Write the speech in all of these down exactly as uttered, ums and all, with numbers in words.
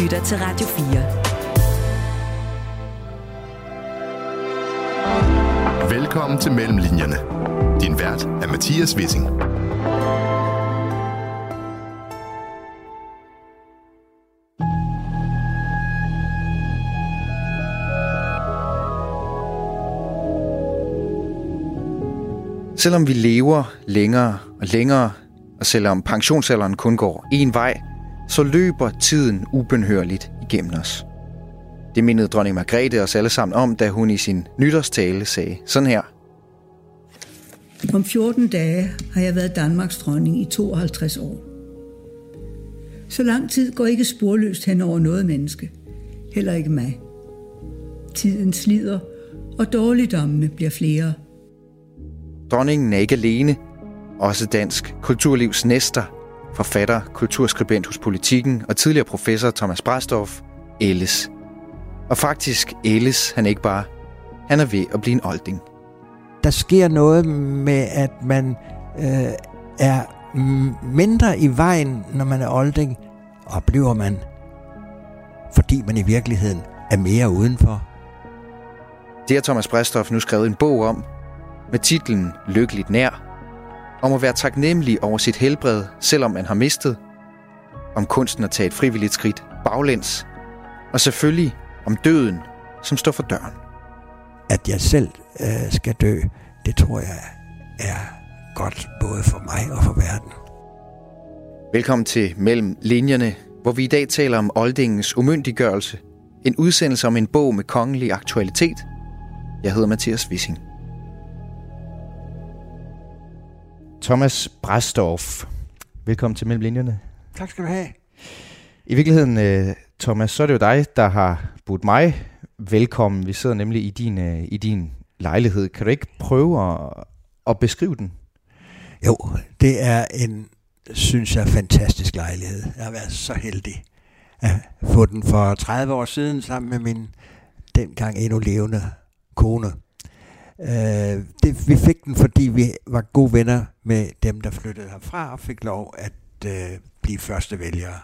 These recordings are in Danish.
lytter til Radio fire. Velkommen til Mellemlinjerne. Din vært er Mathias Wissing. Selvom vi lever længere og længere, og selvom pensionsalderen kun går én vej, så løber tiden ubenhørligt igennem os. Det mindede dronning Margrethe os alle sammen om, da hun i sin nytårstale sagde sådan her. Om fjorten dage har jeg været Danmarks dronning i tooghalvtreds år. Så lang tid går ikke sporløst hen over noget menneske. Heller ikke mig. Tiden slider, og dårligdommene bliver flere. Dronningen er ikke alene. Også dansk kulturlivs næster, forfatter, kulturskribent hos Politiken og tidligere professor Thomas Bredsdorff, ældes. Og faktisk ældes han ikke bare. Han er ved at blive en olding. Der sker noget med, at man øh, er mindre i vejen, når man er olding, oplever man, fordi man i virkeligheden er mere udenfor. Det har Thomas Bredsdorff nu skrevet en bog om, med titlen Lykkeligt nær, om at være taknemmelig over sit helbred, selvom man har mistet, om kunsten at tage et frivilligt skridt baglæns, og selvfølgelig om døden, som står for døren. At jeg selv øh, skal dø, det tror jeg er godt både for mig og for verden. Velkommen til Mellem Linjerne, hvor vi i dag taler om oldingens umyndiggørelse. En udsendelse om en bog med kongelig aktualitet. Jeg hedder Mathias Wissing. Thomas Bredsdorff, velkommen til Mellem Linjerne. Tak skal du have. I virkeligheden, Thomas, så er det jo dig, der har budt mig velkommen. Vi sidder nemlig i din, i din lejlighed. Kan du ikke prøve at, at beskrive den? Jo, det er en, synes jeg, fantastisk lejlighed. Jeg har været så heldig at få den for tredive år siden sammen med min dengang endnu levende kone. Uh, det, vi fik den, fordi vi var gode venner med dem, der flyttede herfra og fik lov at uh, blive første vælgere.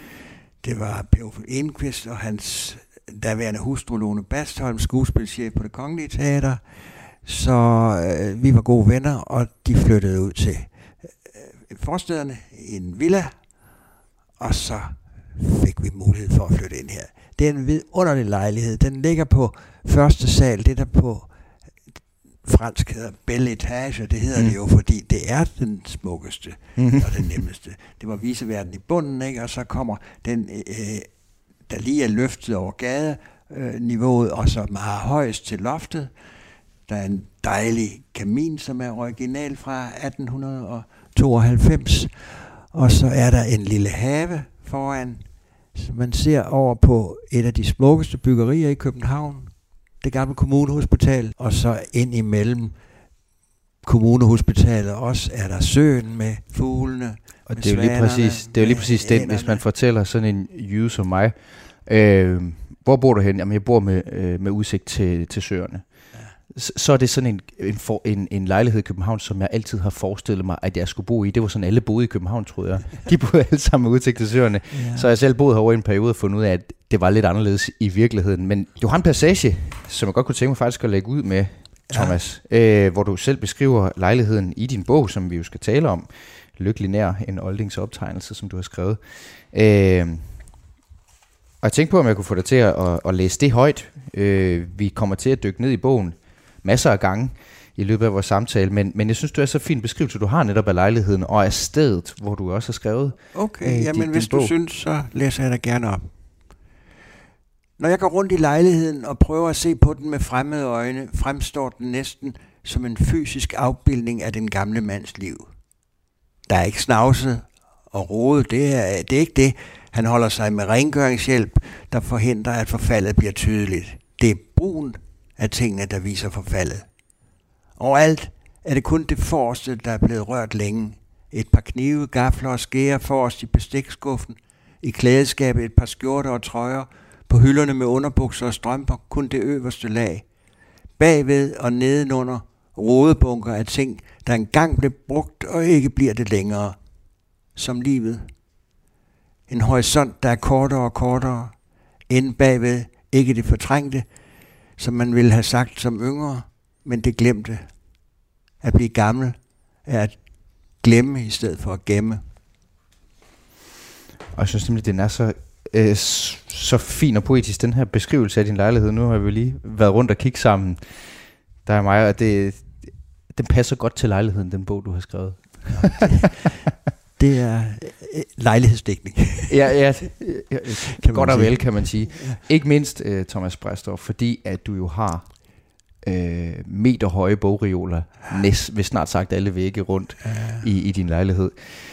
Det var Per Uffe Enquist og hans daværende hustru Lone Bastholm, skuespilchef på Det Kongelige Teater. Så uh, vi var gode venner, og de flyttede ud til uh, forstederne i en villa, og så fik vi mulighed for at flytte ind her. Det er en vidunderlig lejlighed. Den ligger på første sal, det der på fransk hedder Belle Etage, det hedder mm. det jo, fordi det er den smukkeste mm-hmm. og den nemmeste. Det var viseverden i bunden, ikke? Og så kommer den, øh, der lige er løftet over gadeniveauet, og så meget højst til loftet. Der er en dejlig kamin, som er original fra atten tooghalvfems, og så er der en lille have foran, så man ser over på et af de smukkeste byggerier i København, det gamle kommunehospital, og så ind imellem kommunehospitalet også er der søen med fuglene. Og det er jo lige præcis, det er jo lige præcis den, hvis man fortæller sådan en jyde som mig. Øh, hvor bor du hen? Jamen, jeg bor med, øh, med udsigt til, til søerne. Ja. Så, så er det sådan en, en, for, en, en lejlighed i København, som jeg altid har forestillet mig, at jeg skulle bo i. Det var sådan, alle boede i København, troede jeg. De boede alle sammen med udsigt til søerne. Ja. Så jeg selv boede herovre i en periode og fundet ud af, at det var lidt anderledes i virkeligheden. Men du har en passage, som jeg godt kunne tænke mig faktisk at lægge ud med, Thomas, ja. øh, hvor du selv beskriver lejligheden i din bog, som vi jo skal tale om. Lykkelig nær, en oldings optegnelse, som du har skrevet. Øh, og jeg tænkte på, om jeg kunne få dig til at, at, at læse det højt. Øh, vi kommer til at dykke ned i bogen masser af gange i løbet af vores samtale, men, men jeg synes, du er så fin beskrivelse, du har netop af lejligheden og af stedet, hvor du også har skrevet. Okay, øh, jamen din, hvis din du bog. Synes, så læser jeg dig gerne op. Når jeg går rundt i lejligheden og prøver at se på den med fremmede øjne, fremstår den næsten som en fysisk afbildning af den gamle mands liv. Der er ikke snavset og rodet, det er, det er ikke det. Han holder sig med rengøringshjælp, der forhindrer, at forfaldet bliver tydeligt. Det er brugen af tingene, der viser forfaldet. Overalt er det kun det forreste, der er blevet rørt længe. Et par knive, gafler og skærer forrest i bestikskuffen. I klædeskabet et par skjorter og trøjer. På hylderne med underbukser og strømper kun det øverste lag. Bagved og nedenunder rodebunker af ting, der engang blev brugt og ikke bliver det længere. Som livet. En horisont, der er kortere og kortere. Inde bagved, ikke det fortrængte, som man ville have sagt som yngre, men det glemte. At blive gammel er at glemme i stedet for at gemme. Og jeg synes nemlig, den er så, øh, så fin og poetisk, den her beskrivelse af din lejlighed. Nu har vi lige været rundt og kigge sammen, der er mig, og det, den passer godt til lejligheden, den bog, du har skrevet. Ja, det, det er øh, lejlighedsdækning. ja, ja, ja godt og vel, kan man sige. Ja. Ikke mindst, uh, Thomas Bræstorff, fordi at du jo har uh, meterhøje bogreoler næst, ved snart sagt alle vægge rundt ja. i, i din lejlighed.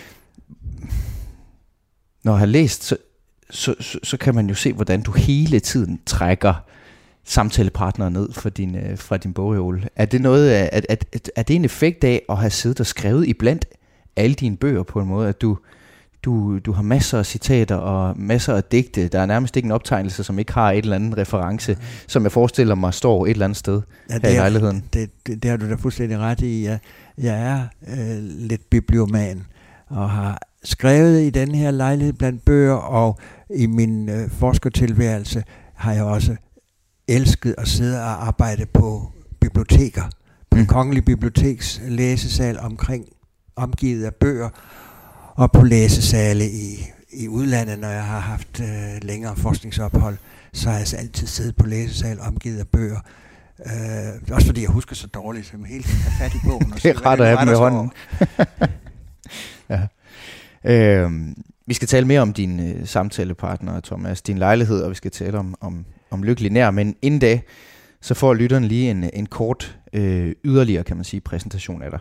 Når jeg har læst, så, så, så, så kan man jo se, hvordan du hele tiden trækker samtalepartnere ned fra din, uh, fra din bogreol. Er det noget af, at, at, at, er det en effekt af at have siddet og skrevet iblandt alle dine bøger på en måde, at du, du, du har masser af citater og masser af digte. Der er nærmest ikke en optegnelse, som ikke har et eller andet reference, mm. som jeg forestiller mig står et eller andet sted ja, her i lejligheden. Det, det, det har du da fuldstændig ret i. Jeg, jeg er øh, lidt biblioman og har skrevet i den her lejlighed blandt bøger, og i min øh, forskertilværelse har jeg også elsket at sidde og arbejde på biblioteker. På mm. den Kongelige Biblioteks læsesal omkring omgivet af bøger, og på læsesale i, i udlandet, når jeg har haft øh, længere forskningsophold, så har jeg altså altid siddet på læsesal omgivet af bøger. Øh, også fordi jeg husker så dårligt, som hele tiden har fat i bogen. Og det retter jeg med hånden. ja. øhm, vi skal tale mere om din øh, samtalepartner, Thomas, din lejlighed, og vi skal tale om, om, om Lykkelig Nær, men inden da, så får lytteren lige en, en kort øh, yderligere, kan man sige, præsentation af dig.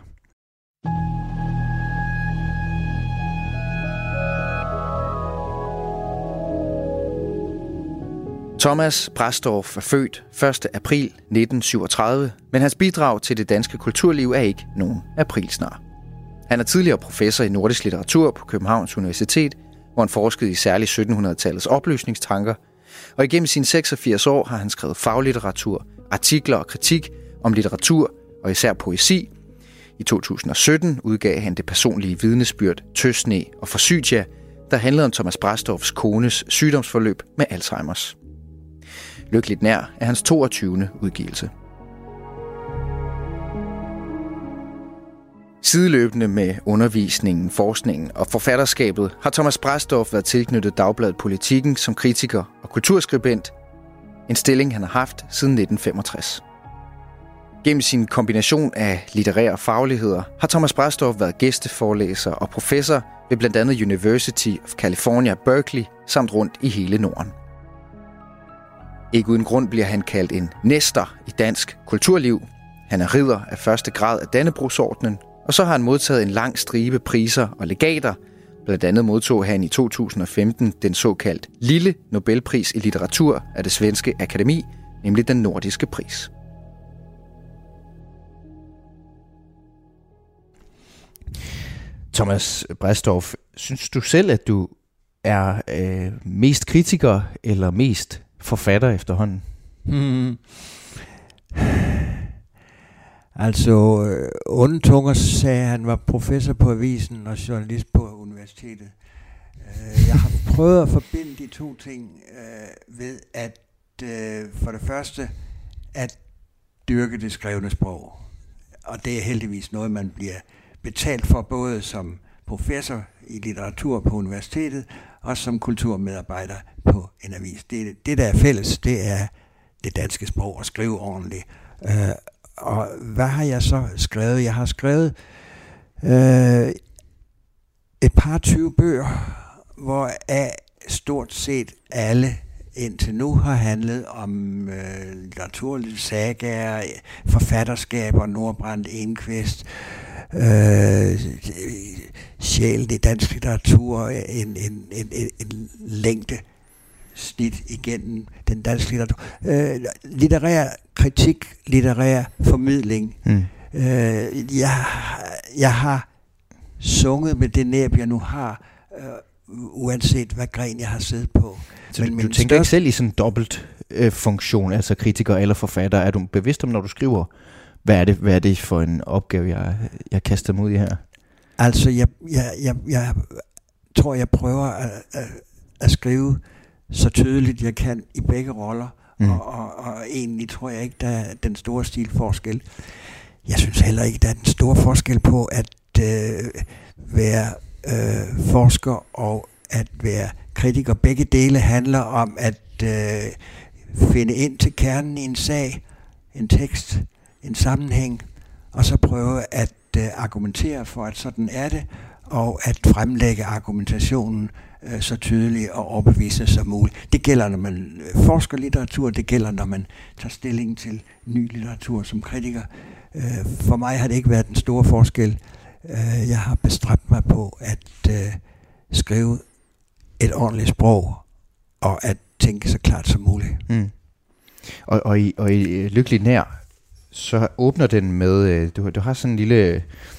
Thomas Bræstorff er født første april nitten syvogtredive, men hans bidrag til det danske kulturliv er ikke nogen aprilsnar. Han er tidligere professor i nordisk litteratur på Københavns Universitet, hvor han forskede i særligt syttenhundredetallets oplysningstanker, og igennem sine seksogfirs år har han skrevet faglitteratur, artikler og kritik om litteratur og især poesi. I to tusind og sytten udgav han det personlige vidnesbyrd Tøsne og Forsytia, der handlede om Thomas Bræstorffs kones sygdomsforløb med Alzheimers. Lykkeligt Nær er hans toogtyvende udgivelse. Sideløbende med undervisningen, forskningen og forfatterskabet har Thomas Bræstorff været tilknyttet Dagbladet Politikken som kritiker og kulturskribent, en stilling han har haft siden nitten femogtres. Gennem sin kombination af litterære fagligheder har Thomas Bræstorff været gæsteforelæser og professor ved blandt andet University of California, Berkeley, samt rundt i hele Norden. Ikke uden grund bliver han kaldt en nestor i dansk kulturliv. Han er ridder af første grad af Dannebrogsordenen, og så har han modtaget en lang stribe priser og legater. Blandt andet modtog han i to tusind og femten den såkaldt Lille Nobelpris i litteratur af det svenske akademi, nemlig den nordiske pris. Thomas Bræstorff, synes du selv, at du er øh, mest kritiker eller mest forfatter efterhånden? Hmm. Altså, øh, Onde Tunger sagde, at han var professor på avisen og journalist på universitetet. Øh, jeg har prøvet at forbinde de to ting øh, ved at øh, for det første at dyrke det skrevne sprog. Og det er heldigvis noget, man bliver betalt for, både som professor i litteratur på universitetet og som kulturmedarbejder på en avis. Det, det der er fælles, det er det danske sprog og skrive ordentligt. Øh, og hvad har jeg så skrevet? Jeg har skrevet øh, et par tyve bøger, hvor af stort set alle indtil nu har handlet om øh, litteratur, sagaer, forfatterskaber, Nordbrandt, Enqvist, øh, sjælen i dansk litteratur, en, en, en, en, en længde snit igennem den danske litteratur. Øh, litterær kritik, litterær formidling. Mm. Øh, jeg, jeg har sunget med det næb, jeg nu har, øh, uanset hvad gren jeg har siddet på. Så men du tænker største... ikke selv i sådan en dobbelt øh, funktion, altså kritiker eller forfatter? Er du bevidst om, når du skriver, hvad er det, hvad er det for en opgave, jeg, jeg kaster mod i her? Altså, jeg, jeg, jeg, jeg tror, jeg prøver at, at, at skrive så tydeligt jeg kan i begge roller, mm. og, og, og egentlig tror jeg ikke, der er den store stilforskel. Jeg synes heller ikke, der er den store forskel på at øh, være øh, forsker og at være kritiker. Begge dele handler om at øh, finde ind til kernen i en sag, en tekst, en sammenhæng, og så prøve at øh, argumentere for, at sådan er det, og at fremlægge argumentationen øh, så tydeligt og overbevisende som muligt. Det gælder, når man forsker litteratur, det gælder, når man tager stilling til ny litteratur som kritiker. Øh, for mig har det ikke været den store forskel. Øh, jeg har bestræbt mig på at øh, skrive et ordentligt sprog, og at tænke så klart som muligt. Mm. Og, og, i, og i Lykkelig nær, så åbner den med, øh, du, du har sådan en lille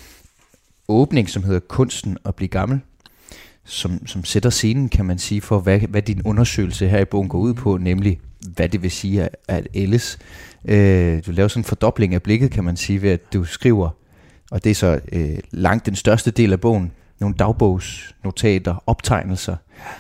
åbning, som hedder Kunsten at blive gammel, som, som sætter scenen, kan man sige, for hvad, hvad din undersøgelse her i bogen går ud på, nemlig hvad det vil sige at, at ældes. Øh, du laver sådan en fordobling af blikket, kan man sige, ved at du skriver, og det er så øh, langt den største del af bogen, nogle dagbogsnotater, optegnelser,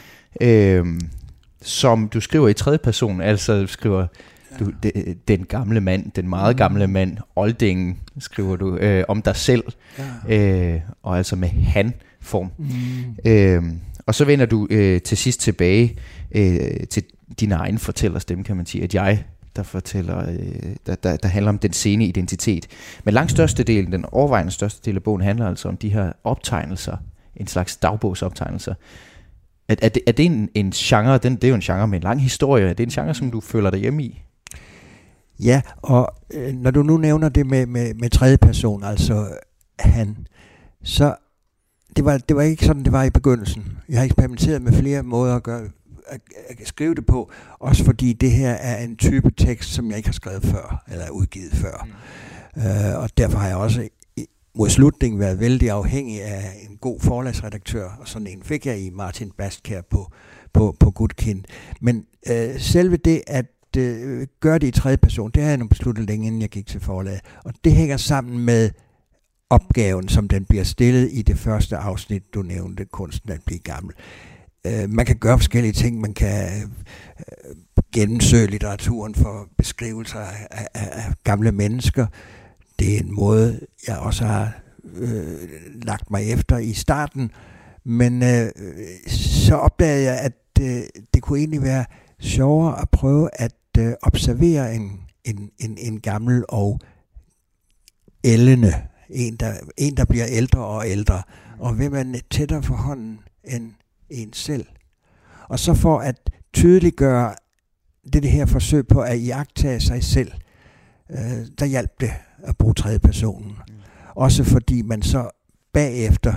øh, som du skriver i tredje person, altså du skriver du, de, den gamle mand, den meget gamle mand, oldingen, skriver du, øh, om dig selv, ja. øh, og altså med han-form. Mm. Øh, og så vender du øh, til sidst tilbage øh, til din egen fortællerstemme, kan man sige, at jeg, der fortæller, øh, der, der, der handler om den sene identitet. Men langt største del, den overvejende største del af bogen, handler altså om de her optegnelser, en slags dagbogsoptegnelser. Er, er, det, er det en, en genre, den, det er jo en genre med en lang historie, er det en genre, som du føler dig hjemme i? Ja, og øh, når du nu nævner det med, med, med tredje person, altså han, så det var, det var ikke sådan, det var i begyndelsen. Jeg har eksperimenteret med flere måder at, gøre, at, at skrive det på, også fordi det her er en type tekst, som jeg ikke har skrevet før, eller udgivet før. Mm. Øh, og derfor har jeg også mod slutningen været vældig afhængig af en god forlagsredaktør, og sådan en fik jeg i Martin Bastkjær på, på, på Gudkind. Men øh, selve det at øh, gøre det i tredje person, det har jeg nu besluttet længe, inden jeg gik til forlaget. Og det hænger sammen med opgaven, som den bliver stillet i det første afsnit, du nævnte, Kunsten at blive gammel. Øh, man kan gøre forskellige ting. Man kan øh, gennemsøge litteraturen for beskrivelser af, af, af gamle mennesker. Det er en måde, jeg også har øh, lagt mig efter i starten. Men øh, så opdagede jeg, at øh, det kunne egentlig være sjovere at prøve at øh, observere en, en, en, en gammel og ældende, en der, en, der bliver ældre og ældre, og vil man tættere for hånden end en selv. Og så for at tydeliggøre det, det her forsøg på at iagttage sig selv, øh, der hjalp det at bruge tredje personen. Mm. Også fordi man så bagefter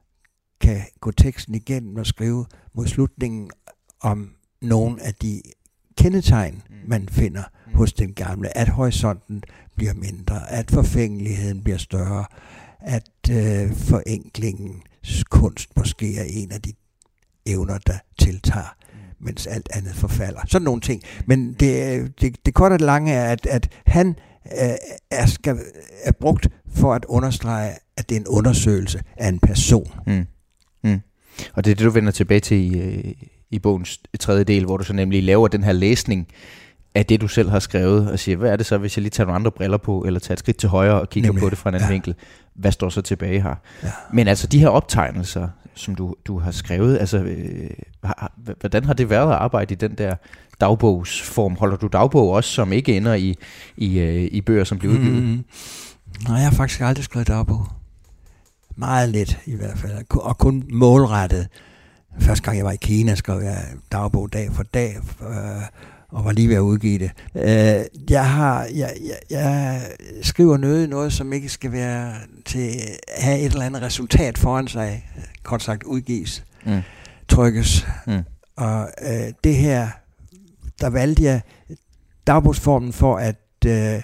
kan gå teksten igennem og skrive mod slutningen om nogle af de kendetegn, man finder mm. hos den gamle. At horisonten bliver mindre, at forfængeligheden bliver større, at øh, forenklingens kunst måske er en af de evner, der tiltager, mm. mens alt andet forfalder. Sådan nogle ting. Men det, det, det korte og lange er, at, at han øh, er, skal, er brugt for at understrege, at det er en undersøgelse af en person. Mm. Mm. Og det er det, du vender tilbage til i, i bogens tredje del, hvor du så nemlig laver den her læsning af det, du selv har skrevet, og siger, hvad er det så, hvis jeg lige tager nogle andre briller på, eller tager et skridt til højre og kigger nemlig på det fra en anden ja. vinkel? Hvad står så tilbage her? Ja. Men altså de her optegnelser, som du, du har skrevet, altså, øh, hvordan har det været at arbejde i den der dagbogsform? Holder du dagbog også, som ikke ender i, i, øh, i bøger, som bliver udgivet? Mm-hmm. Nej, jeg har faktisk aldrig skrevet dagbog. Meget lidt i hvert fald, og kun målrettet. Første gang jeg var i Kina, skrev jeg dagbog dag for dag, øh, og var lige ved at udgive det. Øh, jeg, har, jeg, jeg, jeg skriver noget, noget, som ikke skal være til at have et eller andet resultat foran sig, kort sagt udgives, mm. trykkes. Mm. Og øh, det her, der valgte jeg dagbogsformen for at øh,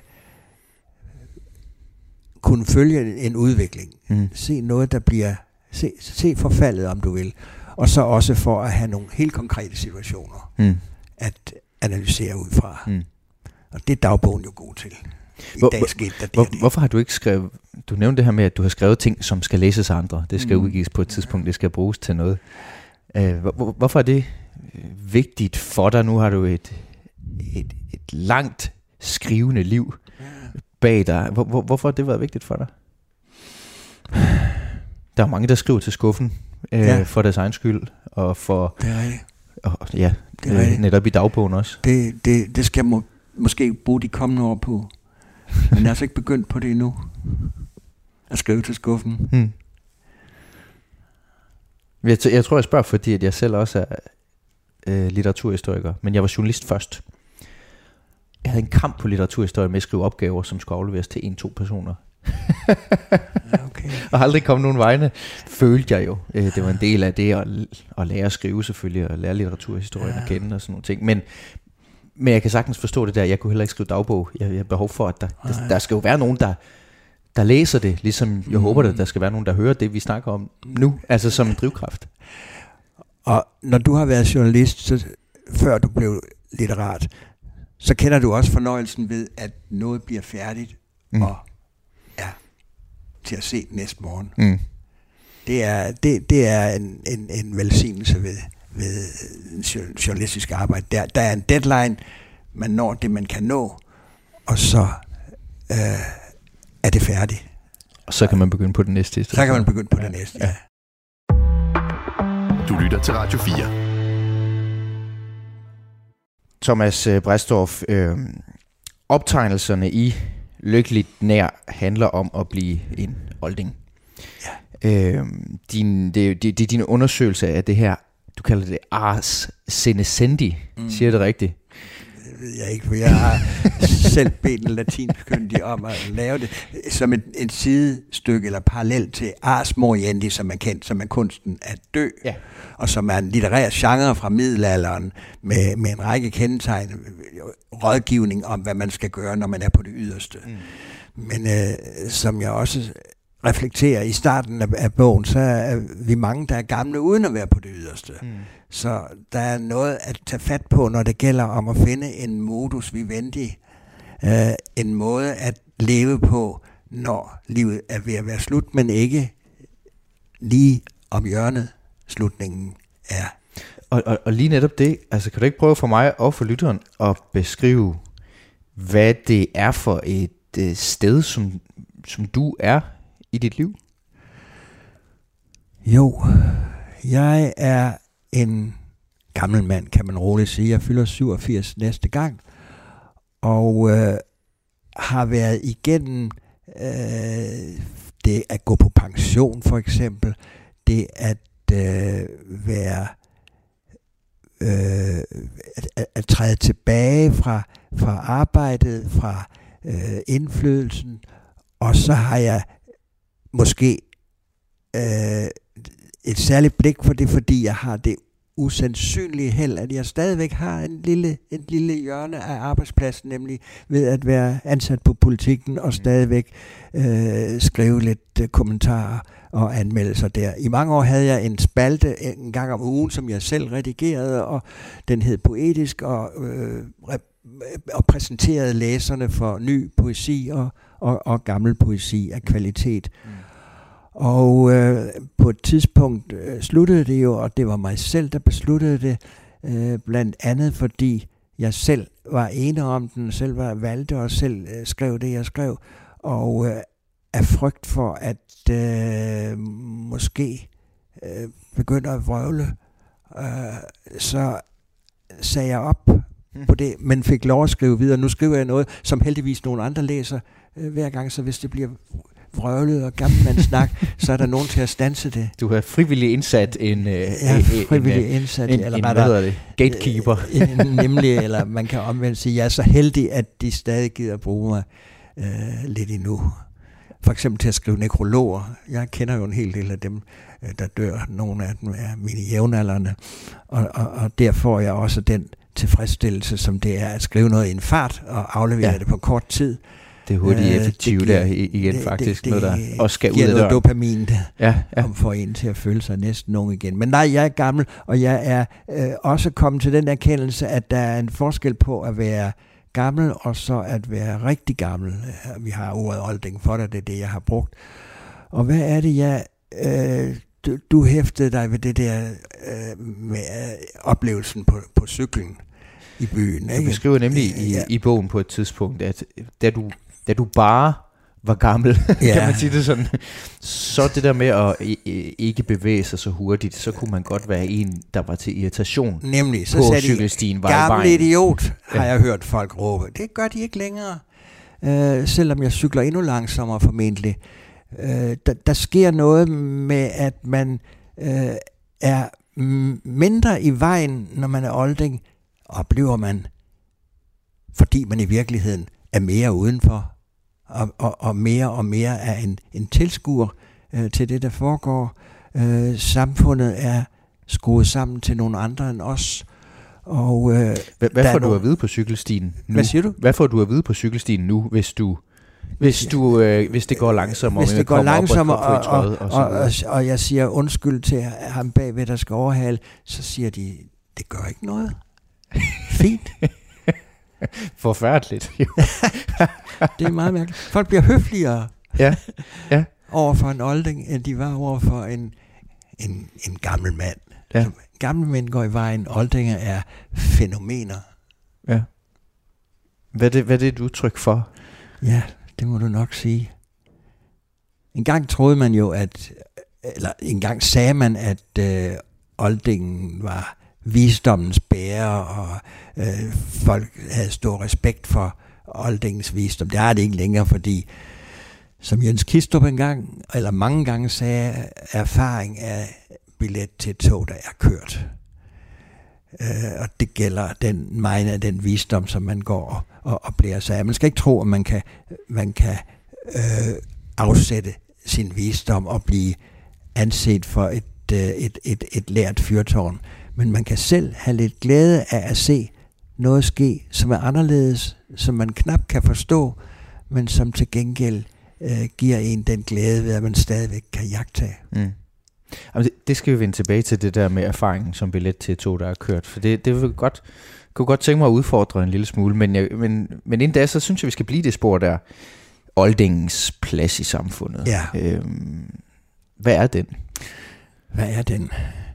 kunne følge en udvikling. Mm. Se noget, der bliver, se, se forfaldet, om du vil. Og så også for at have nogle helt konkrete situationer mm. at analysere ud fra. Mm. Og det er dagbogen jo god til. I hvor, dag skete der det, hvor, det. Hvorfor har du ikke skrevet, du nævnte det her med, at du har skrevet ting, som skal læses af andre. Det skal mm. udgives på et tidspunkt, det skal bruges til noget. Øh, hvor, hvorfor er det vigtigt for dig? Nu har du et, et, et langt skrivende liv bag dig. Hvor, hvor, hvorfor har det været vigtigt for dig? Der er mange, der skriver til skuffen øh, ja. for deres egen skyld, og for... Det er rigtigt. Og, ja, det er rigtigt. Netop i dagbogen også. Det, det, det skal jeg må, måske bruge de kommende år på. Men jeg har altså ikke begyndt på det endnu. At skrive til skuffen. Hmm. Jeg, t- jeg tror, jeg spørger, fordi at jeg selv også er øh, litteraturhistoriker, men jeg var journalist først. Jeg havde en kamp på litteraturhistorie med at skrive opgaver, som skulle afleveres til en-to personer. Okay. Og aldrig kom nogen vegne, følte jeg jo. Øh, det var en del af det at, at lære at skrive selvfølgelig, og lære litteraturhistorien ja. at kende og sådan nogle ting. Men, men jeg kan sagtens forstå det der. Jeg kunne heller ikke skrive dagbog. Jeg, jeg har behov for, at der, der, der skal jo være nogen, der, der læser det. Ligesom jeg mm. håber, at der skal være nogen, der hører det, vi snakker om nu. Altså som en drivkraft. Og når du har været journalist, så, før du blev litterat, så kender du også fornøjelsen ved, at noget bliver færdigt mm. og er til at se næste morgen. Mm. Det er, det, det er en, en, en velsignelse ved, ved journalistisk arbejde. Der, der er en deadline, man når det, man kan nå, og så øh, er det færdigt. Og så kan man begynde på det næste. Så kan man begynde på ja. det næste, ja. Du lytter til Radio fire. Thomas Bredsdorff, øh, optegnelserne i Lykkeligt Nær handler om at blive en olding. Ja. Øh, din, det, det, det er din undersøgelse af det her, du kalder det ars senescendi, mm. siger det rigtigt? Det ved jeg ikke, for jeg har selv bedt en latinskyndig om at lave det som et, et sidestykke eller parallel til ars moriendi, som er kendt, som er kunsten at dø, ja. og som er en litterær genre fra middelalderen med, med en række kendetegn, rådgivning om, hvad man skal gøre, når man er på det yderste. Mm. Men øh, som jeg også reflekterer i starten af, af bogen, så er vi mange, der er gamle uden at være på det yderste. Mm. Så der er noget at tage fat på, når det gælder om at finde en modus vivendi, øh, en måde at leve på, når livet er ved at være slut, men ikke lige om hjørnet slutningen er. Og, og, og lige netop det, altså kan du ikke prøve for mig og for lytteren at beskrive, hvad det er for et øh, sted, som, som du er i dit liv? Jo, jeg er en gammel mand, kan man roligt sige. Jeg fylder syvogfirs næste gang, og øh, har været igennem øh, det at gå på pension for eksempel, det at øh, være øh, at, at, at træde tilbage fra, fra arbejdet, fra øh, indflydelsen, og så har jeg måske øh, et særligt blik for det, fordi jeg har det usandsynlige held, at jeg stadigvæk har en lille, et lille hjørne af arbejdspladsen, nemlig ved at være ansat på Politikken og stadigvæk øh, skrive lidt øh, kommentarer og anmeldelser der. I mange år havde jeg en spalte en gang om ugen, som jeg selv redigerede, og den hed Poetisk, og, øh, og præsenterede læserne for ny poesi og, og, og gammel poesi af kvalitet. Mm. Og øh, på et tidspunkt øh, sluttede det jo, og det var mig selv, der besluttede det, øh, blandt andet fordi jeg selv var ene om den, selv var valgte og selv øh, skrev det, jeg skrev, og øh, af frygt for at øh, måske øh, begynde at vrøvle, øh, så sagde jeg op mm. på det, men fik lov at skrive videre. Nu skriver jeg noget, som heldigvis nogle andre læser øh, hver gang, så hvis det bliver vrøvlet og gammelmandssnak, så er der nogen til at standse det. Du har frivilligt indsat en... Øh, ja, frivilligt indsat, en, eller en, hvad hedder det? Gatekeeper. Øh, nemlig, eller man kan omvendt sige, jeg er så heldig, at de stadig gider bruge mig øh, lidt endnu. For eksempel til at skrive nekrologer. Jeg kender jo en hel del af dem, øh, der dør. Nogle af dem er mine jævnaldrende. Og, og, og der får jeg også den tilfredsstillelse, som det er at skrive noget i en fart og aflevere ja. det på kort tid. Det er hurtigt effektivt der igen det, faktisk, det, det, noget der også skal ud af døren. Det giver noget dopamin, der ja, ja. om får en til at føle sig næsten ung igen. Men nej, jeg er gammel, og jeg er øh, også kommet til den erkendelse, at der er en forskel på at være gammel, og så at være rigtig gammel. Vi har ordet olding for det, det er det, jeg har brugt. Og hvad er det, jeg øh, du, du hæftede dig ved det der øh, med øh, oplevelsen på, på cyklen i byen. Ikke? Du beskriver nemlig i, ja. i bogen på et tidspunkt, at da du, da du bare var gammel, ja. kan man sige det sådan, så det der med at ikke bevæge sig så hurtigt, så kunne man godt være en, der var til irritation. Nemlig, så på sagde cykelstien, de, gammel idiot, har ja. jeg hørt folk råbe. Det gør de ikke længere, øh, selvom jeg cykler endnu langsommere formentlig. Øh, der, der sker noget med, at man øh, er mindre i vejen, når man er olding, oplever man, fordi man i virkeligheden er mere udenfor, og, og, og mere og mere er en, en tilskuer øh, til det, der foregår. Øh, samfundet er skruet sammen til nogle andre end os. Og, øh, hvad hvad får du no- at vide på cykelstien nu? Hvad siger du? Hvad får du at vide på cykelstien nu, hvis du hvis du øh, hvis det går langsommere, hvis det går langsommere og, og, tråd, og, og, og, og, og jeg siger undskyld til ham bagved, der skal overhale, så siger de, det gør ikke noget. Fint. Forfærdeligt. Det er meget mærkeligt. Folk bliver høfligere ja. Ja. over for en olding, end de var over for en, en, en gammel mand. Ja. Gamle mænd går i vejen, oldinger er fænomener. Ja. Hvad er det, hvad er det et udtryk for? Ja, det må du nok sige. En gang troede man jo, at, eller en gang sagde man, at øh, oldingen var visdommens bærer, og øh, folk havde stor respekt for oldingens visdom. Det er det ikke længere, fordi som Jens Kistrup engang, eller mange gange sagde, erfaring er billet til et tog, der er kørt. Øh, og det gælder den mine af den visdom, som man går og, og bliver sig af. Man skal ikke tro, at man kan, man kan øh, afsætte sin visdom og blive anset for et, øh, et, et, et lært fyrtårn. Men man kan selv have lidt glæde af at se noget ske, som er anderledes, som man knap kan forstå, men som til gengæld øh, giver en den glæde ved, at man stadigvæk kan jagtage. Mm. Det, det skal vi vende tilbage til, det der med erfaringen som billet til et tog, der er kørt. For det, det vil godt, kunne godt tænke mig at udfordre en lille smule, men, jeg, men, men inden da, så synes jeg, vi skal blive det spor der. Oldingens plads i samfundet. Ja. Øhm, hvad er den? Hvad er den?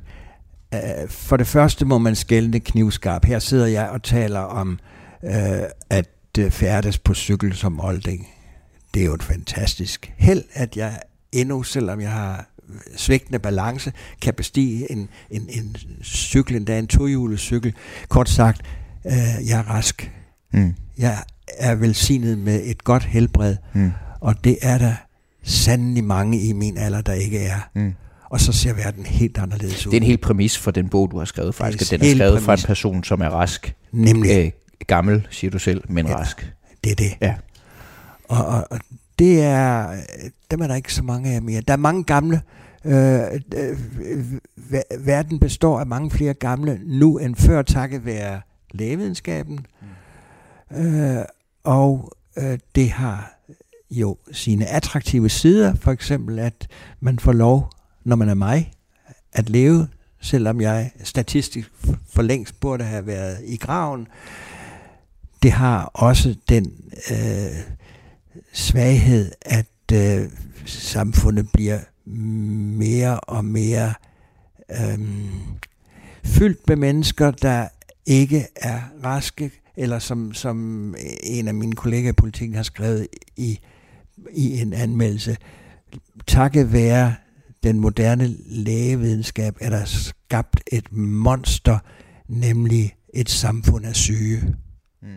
Uh, for det første må man skelne knivskarp. Her sidder jeg og taler om uh, at uh, færdes på cykel som olding. Det er jo et fantastisk held, at jeg endnu, selvom jeg har svigtende balance, kan bestige en, en, en cykel, endda en tohjulet cykel. Kort sagt, uh, jeg er rask. Mm. Jeg er velsignet med et godt helbred, mm. og det er der sandelig mange i min alder, der ikke er. Mm. Og så ser verden helt anderledes ud. Det er en helt præmis for den bog, du har skrevet faktisk. Den er skrevet præmis. Fra en person, som er rask. Nemlig. Æh, gammel, siger du selv, men ja, rask. Det er det. Ja. Og, og, og det er, dem er der ikke så mange af mere. Der er mange gamle. Øh, øh, verden består af mange flere gamle nu end før, takket være lægevidenskaben. Mm. Øh, og øh, det har jo sine attraktive sider. For eksempel, at man får lov, når man er mig, at leve, selvom jeg statistisk for længst burde have været i graven. Det har også den øh, svaghed, at øh, samfundet bliver mere og mere øh, fyldt med mennesker, der ikke er raske, eller som, som en af mine kollegaer i politikken har skrevet i, i en anmeldelse. Takket være den moderne lægevidenskab er der skabt et monster, nemlig et samfund af syge. Mm.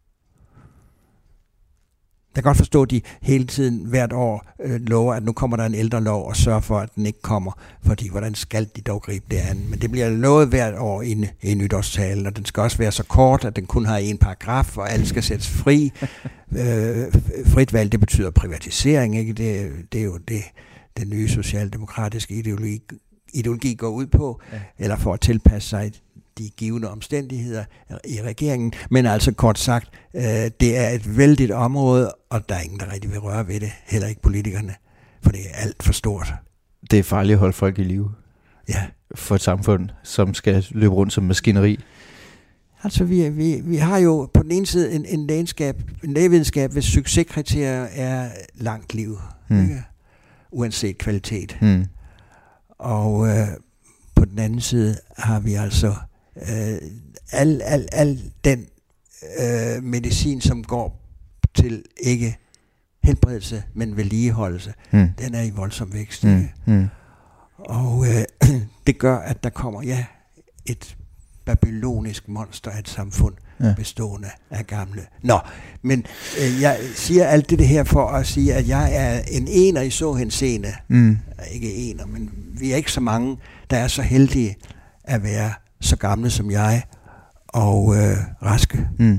Jeg kan godt forstå, at de hele tiden hvert år øh, lover, at nu kommer der en ældrelov og sørger for, at den ikke kommer. Fordi hvordan skal de dog gribe det an? Men det bliver lovet hvert år i en, i en nytårstale, og den skal også være så kort, at den kun har en paragraf, og alle skal sættes fri. øh, frit valg, det betyder privatisering, ikke? Det, det er jo det, den nye socialdemokratiske ideologi, ideologi går ud på, ja. Eller for at tilpasse sig de givende omstændigheder i regeringen. Men altså kort sagt, øh, det er et vældigt område, og der er ingen, der rigtig vil røre ved det. Heller ikke politikerne, for det er alt for stort. Det er farligt at holde folk i live. Ja. For et samfund, som skal løbe rundt som maskineri. Altså, vi, vi, vi har jo på den ene side en, en, lægenskab, en lægevidenskab, hvis succeskriterier er langt liv. Mm. Ikke? Uanset kvalitet. Mm. Og øh, på den anden side har vi altså øh, al, al, al den øh, medicin, som går til ikke helbredelse, men vedligeholdelse, mm. den er i voldsom vækst. Mm. Mm. Og øh, det gør, at der kommer ja et babylonisk monster af et samfund, ja. bestående af gamle. Nå, men øh, jeg siger alt det her for at sige, at jeg er en ener i så henseende. Mm. Ikke ener, men vi er ikke så mange, der er så heldige at være så gamle som jeg, og øh, raske. Mm.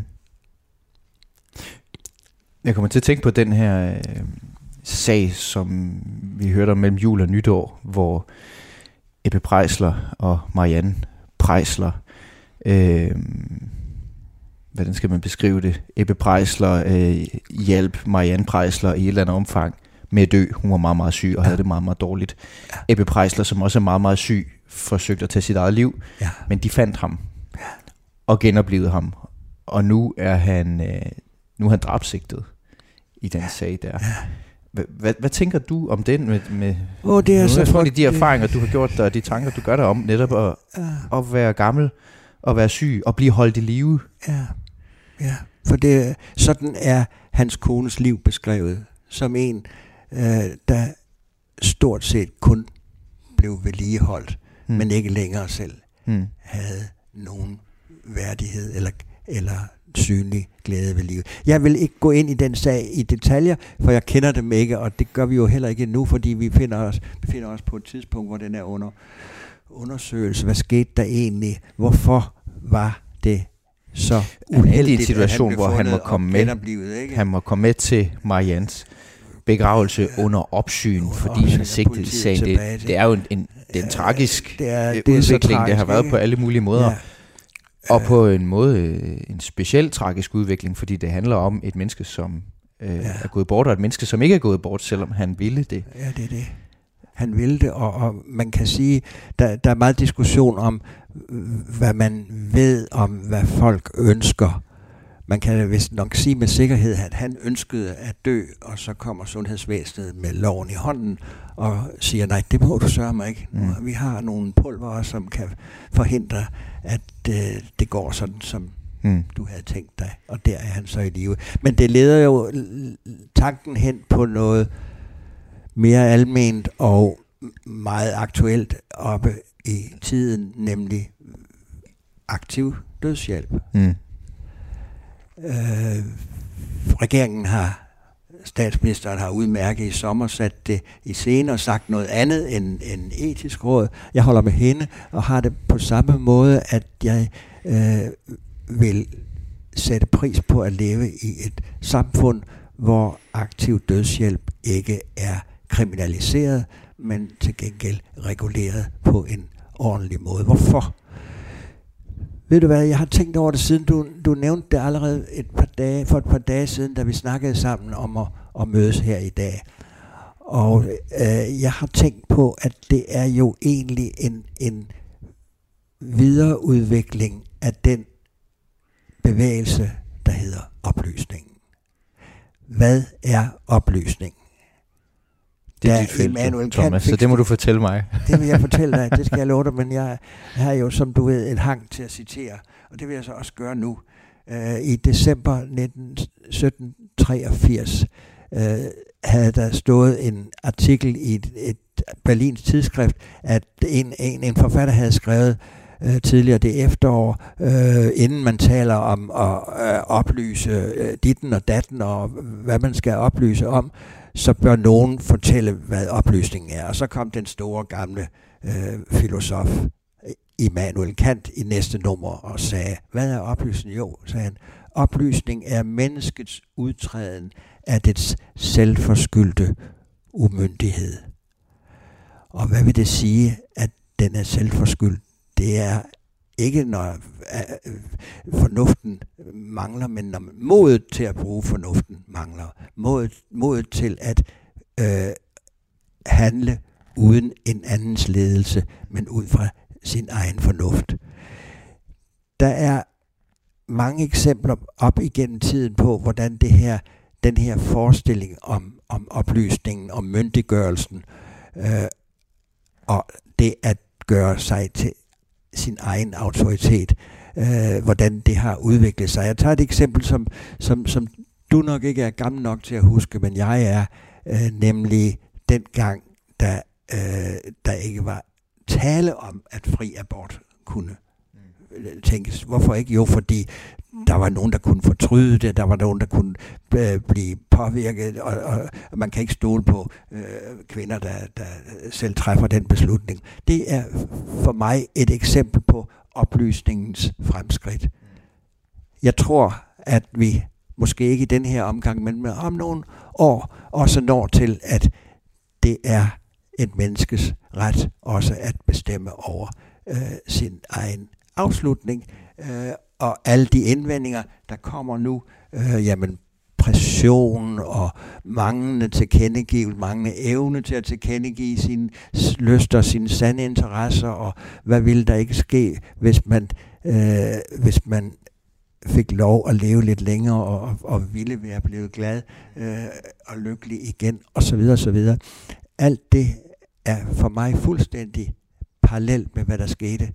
Jeg kommer til at tænke på den her øh, sag, som vi hørte om mellem jul og nytår, hvor Ebbe Preisler og Marianne Preisler, øh, hvordan skal man beskrive det? Ebbe Preisler øh, hjalp Marianne Preisler i et eller andet omfang med at dø. Hun var meget, meget syg og havde det meget, meget dårligt. Ja. Ebbe Preisler, som også er meget, meget syg, forsøgte at tage sit eget liv, ja. men de fandt ham og genoplevede ham. Og nu er han, øh, nu er han drabsigtet i den ja. sag der. Ja. Hvad, hvad, hvad tænker du om den med, med oh, det er så for de erfaringer, du har gjort dig, og de tanker, du gør dig om, netop at, ja. at være gammel, og være syg, og blive holdt i live? Ja, ja. For det, sådan er hans kones liv beskrevet, som en, øh, der stort set kun blev vedligeholdt, hmm. men ikke længere selv hmm. havde nogen værdighed eller, eller synlig glæde ved livet. Jeg vil ikke gå ind i den sag i detaljer, for jeg kender dem ikke, og det gør vi jo heller ikke nu, fordi vi finder os, befinder os på et tidspunkt, hvor den er under undersøgelse. Hvad skete der egentlig? Hvorfor var det så uheldigt, en situation, hvor han må komme med, han må komme med til Mariannes begravelse under opsyn, under fordi opsyn, han sigtede sagen. Det, det er jo en, en, det er en tragisk det er, det er udvikling, tragisk, det har været ikke? På alle mulige måder. Ja. Og på en måde en speciel tragisk udvikling, fordi det handler om et menneske, som øh, ja. er gået bort, og et menneske, som ikke er gået bort, selvom han ville det. Ja, det er det. Han ville det, og, og man kan sige, der, der er meget diskussion om, hvad man ved om, hvad folk ønsker. Man kan vist nok sige med sikkerhed, at han ønskede at dø, og så kommer sundhedsvæsenet med loven i hånden og siger, nej, det må du sørge mig ikke. Mm. Vi har nogle pulver, som kan forhindre, at øh, det går sådan, som mm. du havde tænkt dig. Og der er han så i live. Men det leder jo tanken hen på noget mere alment og meget aktuelt oppe i tiden, nemlig aktiv dødshjælp. Mm. Øh, regeringen har, statsministeren har udmærket i sommer sat det i scene og sagt noget andet end, end etisk råd. Jeg holder med hende og har det på samme måde, at jeg øh, vil sætte pris på at leve i et samfund, hvor aktiv dødshjælp ikke er kriminaliseret, men til gengæld reguleret på en ordentlig måde. Hvorfor? Ved du hvad, jeg har tænkt over det siden, du, du nævnte det allerede et par dage, for et par dage siden, da vi snakkede sammen om at, at mødes her i dag. Og øh, jeg har tænkt på, at det er jo egentlig en, en videreudvikling af den bevægelse, der hedder oplysningen. Hvad er oplysning? Det er dit felt, Thomas, så det må du fortælle mig. Det vil jeg fortælle dig, det skal jeg love dig, men jeg har jo, som du ved, en hang til at citere, og det vil jeg så også gøre nu. Uh, I december nitten sytten treogfirs uh, havde der stået en artikel i et, et Berlins tidsskrift, at en, en, en forfatter havde skrevet uh, tidligere det efterår, uh, inden man taler om at uh, oplyse uh, ditten og datten, og hvad man skal oplyse om, så bør nogen fortælle, hvad oplysningen er. Og så kom den store gamle øh, filosof Immanuel Kant i næste nummer og sagde, hvad er oplysning? Jo, sagde han, oplysning er menneskets udtræden af dets selvforskyldte umyndighed. Og hvad vil det sige, at den er selvforskyldt? Det er ikke når øh, fornuften mangler, men når modet til at bruge fornuften mangler. Modet, modet til at øh, handle uden en andens ledelse, men ud fra sin egen fornuft. Der er mange eksempler op igennem tiden på, hvordan det her, den her forestilling om, om oplysningen, om myndiggørelsen, øh, og det at gøre sig til sin egen autoritet, øh, hvordan det har udviklet sig. Jeg tager et eksempel, som, som, som du nok ikke er gammel nok til at huske, men jeg er, øh, nemlig den gang, da øh, der ikke var tale om, at fri abort kunne mm. tænkes. Hvorfor ikke? Jo, fordi der var nogen, der kunne fortryde det, der var nogen, der kunne øh, blive påvirket, og, og, og man kan ikke stole på øh, kvinder, der, der selv træffer den beslutning. Det er for mig et eksempel på oplysningens fremskridt. Jeg tror, at vi måske ikke i den her omgang, men om nogle år også når til, at det er et menneskes ret også at bestemme over øh, sin egen afslutning, øh, og alle de indvendinger, der kommer nu, øh, jamen pression og manglende tilkendegivelse, manglende evne til at tilkendegive sine lyster, sine sande interesser, og hvad ville der ikke ske, hvis man, øh, hvis man fik lov at leve lidt længere og, og, og ville være blevet glad øh, og lykkelig igen, og så videre, og så videre. Alt det er for mig fuldstændig parallelt med, hvad der skete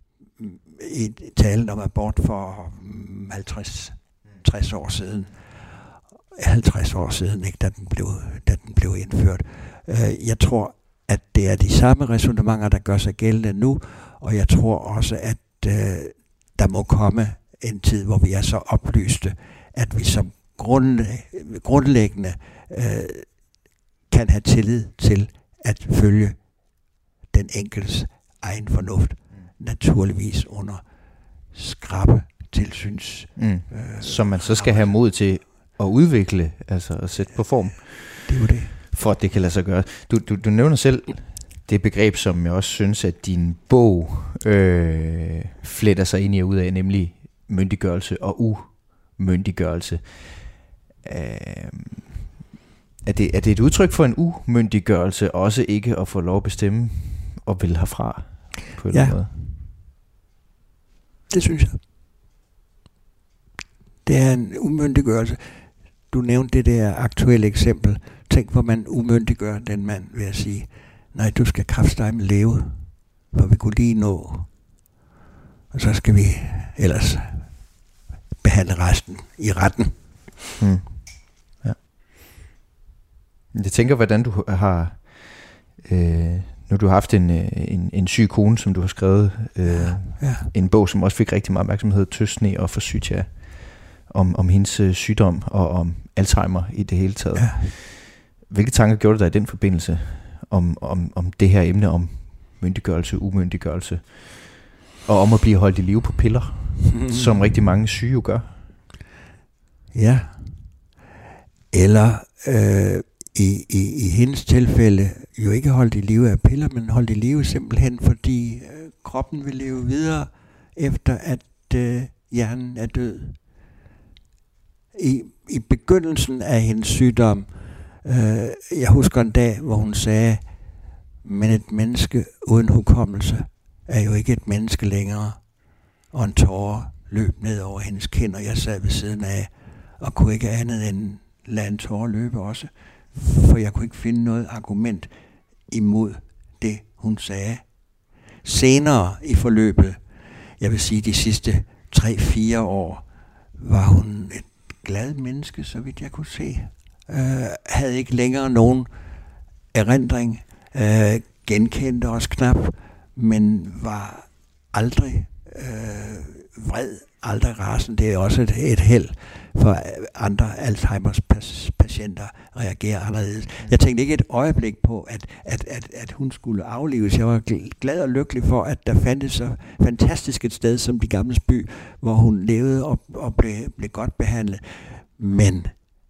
i talen om abort for halvtreds tres år siden. halvtreds år siden, ikke, da den blev, da den blev indført. Jeg tror, at det er de samme ræsonnementer, der gør sig gældende nu, og jeg tror også, at øh, der må komme en tid, hvor vi er så oplyste, at vi som grundlæggende øh, kan have tillid til at følge den enkeltes egen fornuft, naturligvis under skrappe tilsyns. Mm. Øh, Som man så skal have mod til at udvikle, altså at sætte på form. Det er jo det. For at det kan lade sig gøre. Du, du, du nævner selv det begreb, som jeg også synes, at din bog øh, fletter sig ind i og ud af, nemlig myndiggørelse og umyndiggørelse. Øh, er, det, er det et udtryk for en umyndiggørelse, også ikke at få lov at bestemme og vil herfra på en ja. måde? Det synes jeg. Det er en umyndiggørelse. Du nævnte det der aktuelle eksempel. Tænk, hvor man umyndiggør den mand ved at sige, nej, du skal kraftedeme leve, for vi kunne lige nå. Og så skal vi ellers behandle resten i retten. Hmm. Ja. Jeg tænker, hvordan du har... Øh, nu du har haft en, en, en syg kone, som du har skrevet øh, ja, ja. en bog, som også fik rigtig meget opmærksomhed, Tøsne og Forsythia, om, om hendes øh, sygdom og om Alzheimer i det hele taget. Ja. Hvilke tanker gjorde du dig i den forbindelse om, om, om det her emne om myndiggørelse, umyndiggørelse, og om at blive holdt i live på piller, mm. som rigtig mange syge jo gør? Ja. Eller øh, i, i, i hendes tilfælde jo ikke holdt i live af piller, men holdt i live simpelthen, fordi øh, kroppen vil leve videre, efter at øh, hjernen er død. I, i begyndelsen af hendes sygdom, øh, jeg husker en dag, hvor hun sagde, men et menneske uden hukommelse er jo ikke et menneske længere. Og en tåre løb ned over hendes kind, og jeg sad ved siden af, og kunne ikke andet end lade en tåre løbe også, for jeg kunne ikke finde noget argument imod det, hun sagde. Senere i forløbet, jeg vil sige de sidste tre fire år, var hun et glad menneske, så vidt jeg kunne se. Uh, havde ikke længere nogen erindring, uh, genkendte os knap, men var aldrig uh, vred, aldrig rasende. Det er også et, et held for andre Alzheimers patienter reagerer anderledes. Jeg tænkte ikke et øjeblik på, at, at, at, at hun skulle aflives. Jeg var glad og lykkelig for, at der fandtes så fantastisk et sted som De Gamles By, hvor hun levede og, og blev, blev godt behandlet. Men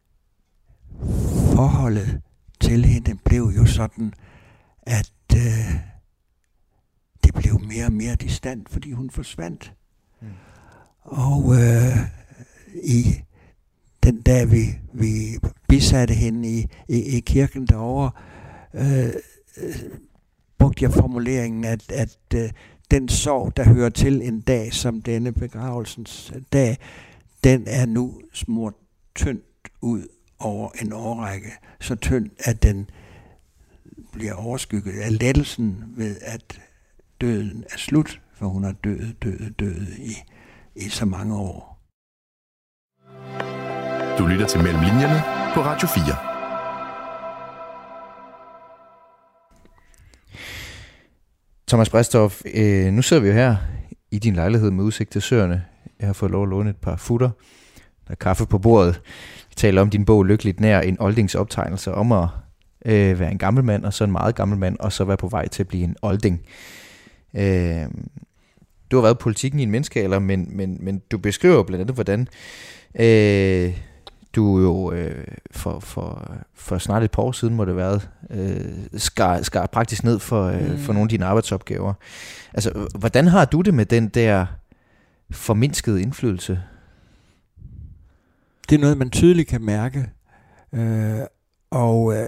forholdet til hende blev jo sådan, at øh, det blev mere og mere distant, fordi hun forsvandt. Mm. Og øh, i den dag, vi, vi bisatte hende i, i, i kirken derovre, øh, øh, brugte jeg formuleringen, at, at øh, den sorg, der hører til en dag som denne begravelsens dag, den er nu smurt tyndt ud over en årrække. Så tynd, at den bliver overskygget af lettelsen ved, at døden er slut, for hun har død, død, død i, i så mange år. Du lytter til Mellem Linjerne på Radio fire. Thomas Bredsdorff, øh, nu sidder vi jo her i din lejlighed med udsigt til søerne. Jeg har fået lov at låne et par futter. Der er kaffe på bordet. Vi taler om din bog Lykkeligt nær, en oldings optegnelse om at øh, være en gammel mand, og så en meget gammel mand, og så være på vej til at blive en olding. Øh, du har været i politikken i en menneskealder, men, men, men du beskriver blandt andet, hvordan øh, du jo øh, for, for, for snart et par år siden, må det have været, øh, skar, skar praktisk ned for, øh, mm. for nogle af dine arbejdsopgaver. Altså, hvordan har du det med den der formindskede indflydelse? Det er noget, man tydeligt kan mærke, øh, og øh,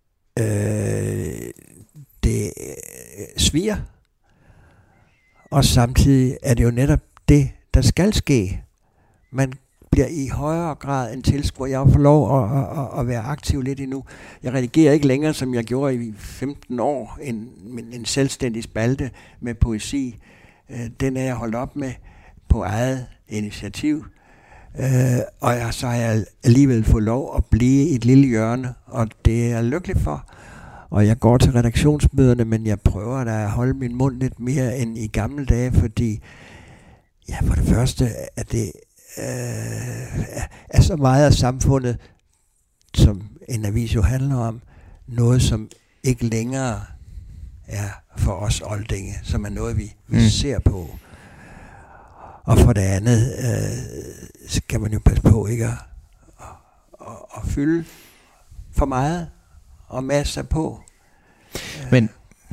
det sviger, og samtidig er det jo netop det, der skal ske. Man bliver i højere grad en tilskuer. Jeg får lov at, at, at være aktiv lidt endnu. Jeg redigerer ikke længere, som jeg gjorde i femten år, en, en selvstændig spalte med poesi. Den er jeg holdt op med på eget initiativ. Uh, og jeg, så har jeg alligevel fået lov at blive i et lille hjørne, og det er jeg lykkelig for. Og jeg går til redaktionsmøderne, men jeg prøver da at holde min mund lidt mere end i gamle dage, fordi ja, for det første er det uh, er så meget af samfundet, som en avis jo handler om, noget som ikke længere er for os oldinge, som er noget vi, vi mm. ser på. Og for det andet, øh, så kan man jo passe på ikke at, at, at, at fylde for meget og masser på. Men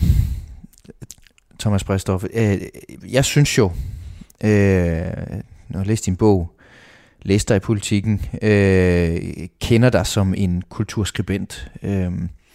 Thomas Bredsdorff, øh, jeg synes jo, øh, når jeg læste din bog, læste dig i politikken, øh, kender dig som en kulturskribent. Øh,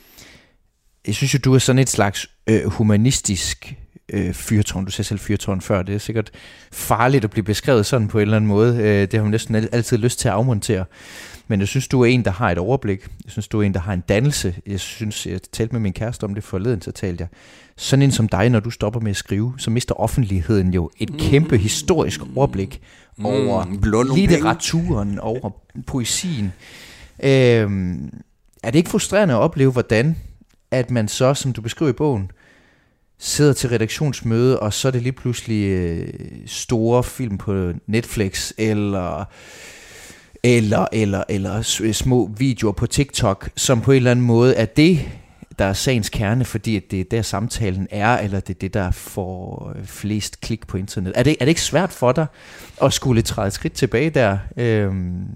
jeg synes jo, du er sådan et slags øh, humanistisk Øh, fyrtårn. Du sagde selv fyrtårn før. Det er sikkert farligt at blive beskrevet sådan på en eller anden måde. Øh, det har man næsten altid lyst til at afmontere. Men jeg synes, du er en, der har et overblik. Jeg synes, du er en, der har en dannelse. Jeg synes, jeg talte med min kæreste om det forleden, så talte jeg. Sådan en som dig, når du stopper med at skrive, så mister offentligheden jo et kæmpe mm. historisk overblik mm. over mm. litteraturen, over poesien. Øh, er det ikke frustrerende at opleve, hvordan at man så, som du beskriver i bogen, sidder til redaktionsmøde, og så er det lige pludselig øh, store film på Netflix, eller, eller, eller, eller små videoer på TikTok, som på en eller anden måde er det, der er sagens kerne, fordi at det er der samtalen er, eller det er det, der får flest klik på internet. Er det, er det ikke svært for dig at skulle træde et skridt tilbage der, øh,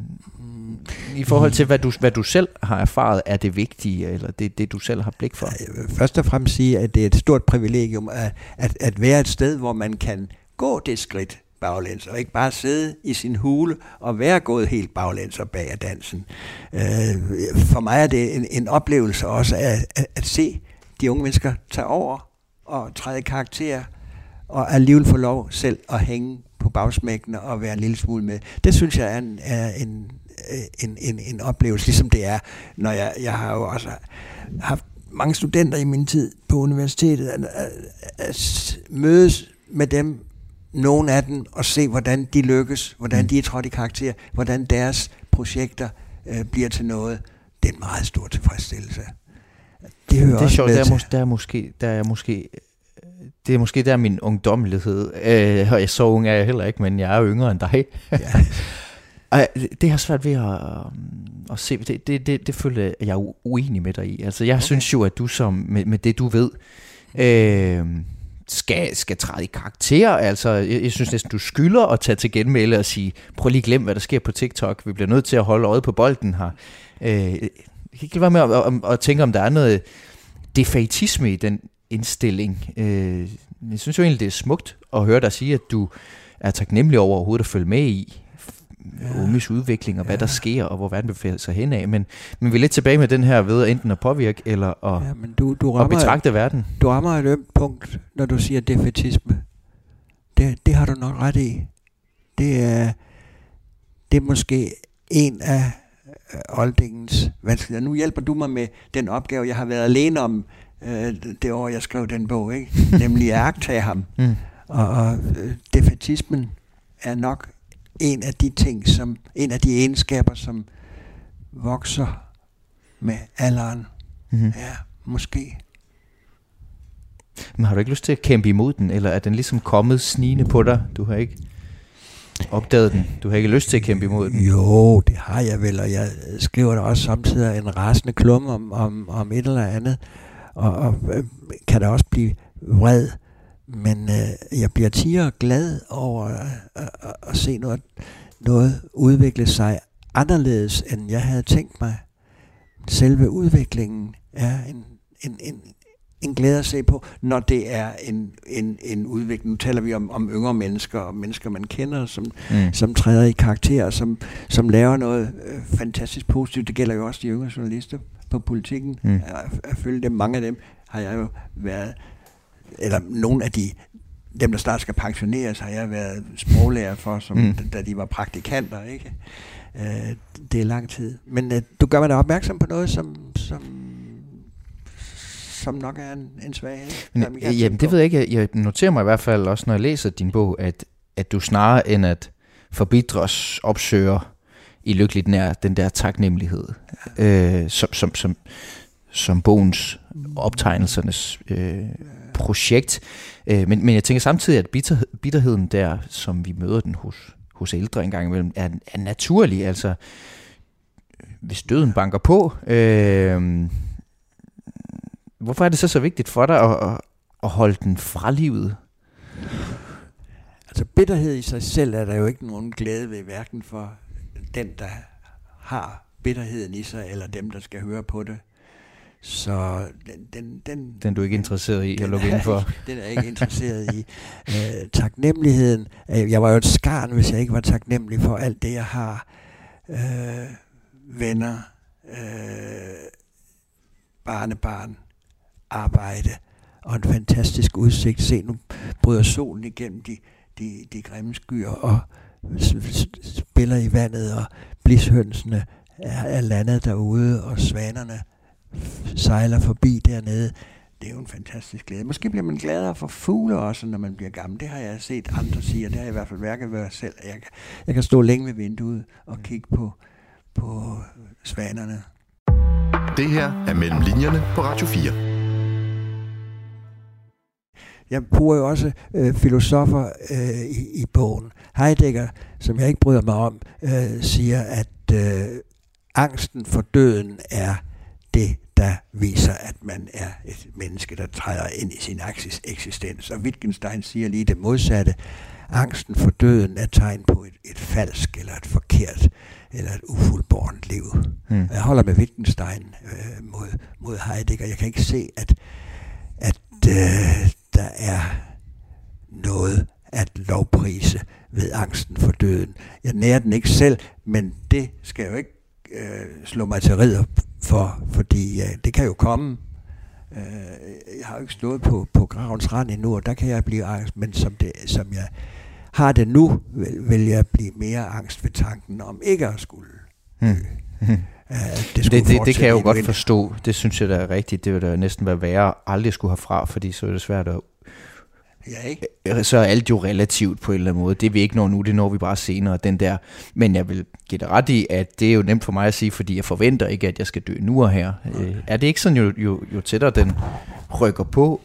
i forhold til, hvad du, hvad du selv har erfaret, er det vigtige, eller det, det du selv har blik for? Først og fremmest sige, at det er et stort privilegium at, at, at være et sted, hvor man kan gå det skridt baglæns, og ikke bare sidde i sin hule og være gået helt baglæns og bag af dansen. For mig er det en, en oplevelse også at, at, at se de unge mennesker tage over og træde karakter, og alligevel få lov selv at hænge på bagsmækkene og være en lille smule med. Det synes jeg er en, er en En, en, en oplevelse, ligesom det er, når jeg, jeg har jo også haft mange studenter i min tid på universitetet, at, at, at mødes med dem, nogle af dem, og se, hvordan de lykkes, hvordan de er trådt i karakter, hvordan deres projekter øh, bliver til noget. Det er en meget stor tilfredsstillelse. Det hører det er også sjovt, med der, til. er mås- der er måske, der er måske, det er måske der min ungdommelighed. Øh, jeg så ung er jeg heller ikke, men jeg er yngre end dig. Ja. Det har svært ved at, at se. Det, det, det, det føler jeg, jeg er uenig med dig i. Altså, jeg okay. synes jo, at du som med, med det, du ved, øh, skal, skal træde i karakter. Altså, jeg, jeg synes næsten, du skylder at tage til genmæle og sige, prøv lige at glemme, hvad der sker på TikTok. Vi bliver nødt til at holde øjet på bolden her. Øh, jeg kan ikke være med at, at, at tænke, om der er noget defaitisme i den indstilling. Øh, jeg synes jo egentlig, det er smukt at høre dig sige, at du er taknemmelig over overhovedet at følge med i ja. unges udvikling, og hvad ja. der sker, og hvor verden befinder sig henad. Men, men vi er lidt tilbage med den her ved enten at påvirke, eller at, ja, men du, du rammer, at betragte et, verden. Du rammer et ømt punkt, når du siger defaitisme. Det, det har du nok ret i. Det er, det er måske en af oldingens vanskeligheder. Nu hjælper du mig med den opgave, jeg har været alene om øh, det år, jeg skrev den bog, ikke? Nemlig at agtage ham. Mm. Og, og øh, defaitismen er nok en af de ting, som en af de egenskaber, som vokser med alderen. Mm-hmm. Ja, måske. Men har du ikke lyst til at kæmpe imod den, eller er den ligesom kommet snigende på dig? Du har ikke opdaget den. Du har ikke lyst til at kæmpe imod den. Jo, det har jeg vel, og jeg skriver da også samtidig en rasende klum om, om, om et eller andet, og, og øh, kan da også blive vred, men øh, jeg bliver tiere glad over øh, øh, at se noget, noget udvikle sig anderledes, end jeg havde tænkt mig. Selve udviklingen er en, en, en, en glæde at se på, når det er en, en, en udvikling. Nu taler vi om, om yngre mennesker, og mennesker, man kender, som, mm. som træder i karakter, som, som laver noget øh, fantastisk positivt. Det gælder jo også de yngre journalister på Politikken. Mm. At, at følge dem, mange af dem har jeg jo været, eller nogle af de, dem, der snart skal pensioneres, har jeg været sproglærer for, som, mm. da de var praktikanter, ikke? Øh, det er lang tid. Men øh, du gør mig da opmærksom på noget, som... som som nok er en, en svaghed. Men, jamen, det ved jeg ikke. Jeg noterer mig i hvert fald også, når jeg læser din bog, at, at du snarere end at forbidres opsøger i lykkeligt nær den der taknemmelighed, ja. øh, som, som, som, som bogens optegnelsernes øh, projekt. Øh, men, men jeg tænker samtidig, at bitter, bitterheden der, som vi møder den hos, hos ældre en gang imellem, er, er naturlig. Altså, hvis døden banker på... Øh, Hvorfor er det så så vigtigt for dig at, at holde den fra livet? Altså bitterhed i sig selv er der jo ikke nogen glæde ved, hverken for den, der har bitterheden i sig, eller dem, der skal høre på det. Så den... Den, den, den du er ikke interesseret i at lukke ind for? Den er jeg ikke interesseret i. Øh, taknemmeligheden... Jeg var jo et skarn, hvis jeg ikke var taknemmelig for alt det, jeg har. Øh, venner, øh, barnebarn, arbejde og en fantastisk udsigt. Se, nu bryder solen igennem de, de, de grimme skyer og spiller i vandet, og blishønsene er, er landet derude, og svanerne sejler forbi dernede. Det er jo en fantastisk glæde. Måske bliver man gladere for fugle også, når man bliver gammel. Det har jeg set andre sige, og det har jeg i hvert fald hverken været selv. Jeg kan, jeg kan stå længe ved vinduet og kigge på, på svanerne. Det her er Mellem Linjerne på Radio fire. Jeg bruger jo også øh, filosofer øh, i, i bogen. Heidegger, som jeg ikke bryder mig om, øh, siger, at øh, angsten for døden er det, der viser, at man er et menneske, der træder ind i sin eksistens. Og Wittgenstein siger lige det modsatte. Angsten for døden er tegn på et, et falsk, eller et forkert, eller et ufuldbårent liv. Hmm. Jeg holder med Wittgenstein øh, mod, mod Heidegger. Jeg kan ikke se, at, at øh, der er noget at lovprise ved angsten for døden. Jeg nærer den ikke selv, men det skal jo ikke øh, slå mig til ridder for, fordi øh, det kan jo komme. Øh, jeg har jo ikke stået på, på gravens rand endnu, og der kan jeg blive angst, men som, det, som jeg har det nu, vil, vil jeg blive mere angst ved tanken om ikke at skulle dø. Hmm. Hmm. Uh, det, det, det, det kan jeg jo godt forstå. Det synes jeg da er rigtigt. Det vil da næsten være værre at aldrig skulle have fra, fordi så er det svært at... Ja, ikke? Så er alt jo relativt på en eller anden måde. Det vi ikke når nu, det når vi bare senere. Den der. Men jeg vil give dig ret i, at det er jo nemt for mig at sige, fordi jeg forventer ikke, at jeg skal dø nu og her. Okay. Er det ikke sådan, jo, jo, jo tættere den rykker på,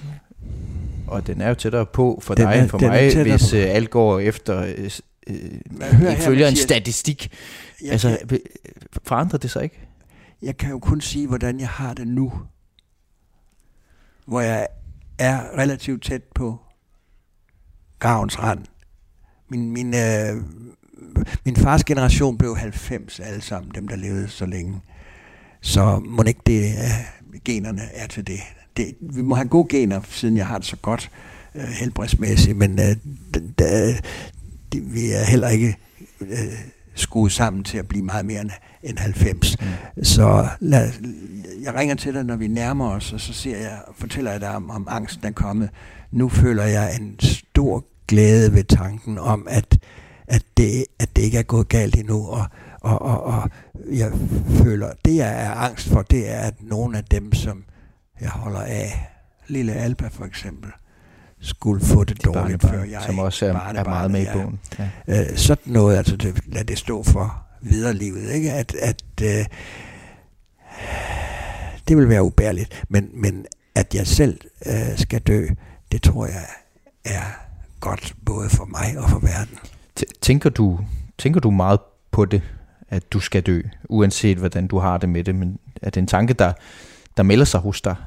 og den er jo tættere på for den dig er, end for mig, hvis uh, alt går efter... Uh, uh, følger en statistik. Altså, kan, forandrer det sig ikke? Jeg kan jo kun sige, hvordan jeg har det nu. Hvor jeg er relativt tæt på gravens rand. Min, min, øh, min fars generation blev halvfems alle sammen, dem der levede så længe. Så må ikke det, øh, generne er til det. det. Vi må have gode gener, siden jeg har det så godt øh, helbredsmæssigt, men øh, d- d- d- vi er heller ikke... Øh, skruet sammen til at blive meget mere end halvfems. Mm. Så lad, jeg ringer til dig, når vi nærmer os, og så siger jeg, fortæller jeg dig om, om angsten er kommet. Nu føler jeg en stor glæde ved tanken om, at, at, det, at det ikke er gået galt endnu, og, og, og, og jeg føler, det jeg er angst for, det er, at nogle af dem, som jeg holder af, lille Alba for eksempel, skulle få det, det dårligt, før jeg... Som også er, er meget med i bogen. Ja. Øh, sådan noget, altså det, lad det stå for videre livet, ikke? At, at øh, det vil være ubærligt, men, men at jeg selv øh, skal dø, det tror jeg er godt både for mig og for verden. Tænker du, tænker du meget på det, at du skal dø, uanset hvordan du har det med det, men er det en tanke, der, der melder sig hos dig?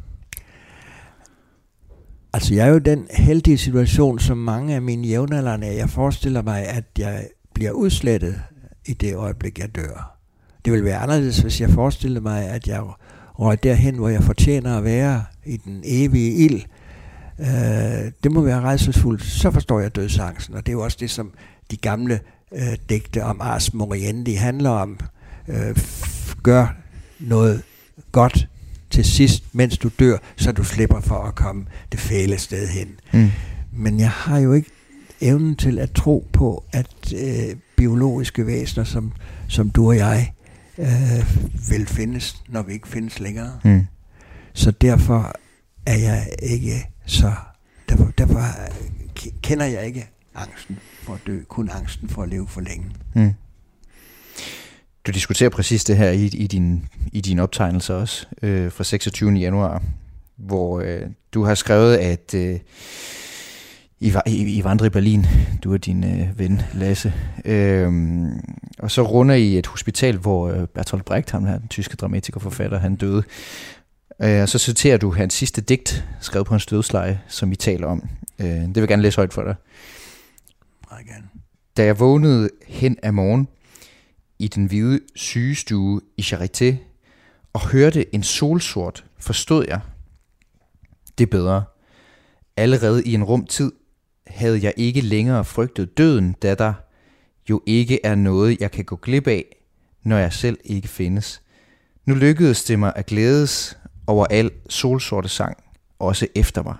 Altså jeg er jo i den heldige situation, som mange af mine jævnaldrende er. Jeg forestiller mig, at jeg bliver udslettet i det øjeblik, jeg dør. Det vil være anderledes, hvis jeg forestiller mig, at jeg røg derhen, hvor jeg fortjener at være i den evige ild. Øh, det må være rædselsfuldt. Så forstår jeg dødsangsten, og det er jo også det, som de gamle øh, digte om Ars Moriendi handler om. Øh, gør noget godt til sidst, mens du dør, så du slipper for at komme det fæle sted hen. Mm. Men jeg har jo ikke evnen til at tro på, at øh, biologiske væsener, som, som du og jeg, øh, vil findes, når vi ikke findes længere. Mm. Så derfor er jeg ikke så... Derfor, derfor kender jeg ikke angsten for at dø, kun angsten for at leve for længe. Mm. Du diskuterer præcis det her i, i, din, i din optegnelse også, øh, fra seksogtyvende januar, hvor øh, du har skrevet, at øh, I, I, I vandrer i Berlin, du og din øh, ven Lasse, øh, og så runder I et hospital, hvor øh, Bertolt Brecht, ham her, den tyske dramatikerforfatter, han døde. Øh, og så citerer du hans sidste digt, skrevet på hans dødsleje, som I taler om. Øh, det vil jeg gerne læse højt for dig. Meget gerne. Da jeg vågnede hen ad morgen, i den hvide sygestue i Charité og hørte en solsort, forstod jeg. Det er bedre. Allerede i en rum tid havde jeg ikke længere frygtet døden, da der jo ikke er noget, jeg kan gå glip af, når jeg selv ikke findes. Nu lykkedes det mig at glædes over al solsorte sang, også efter mig.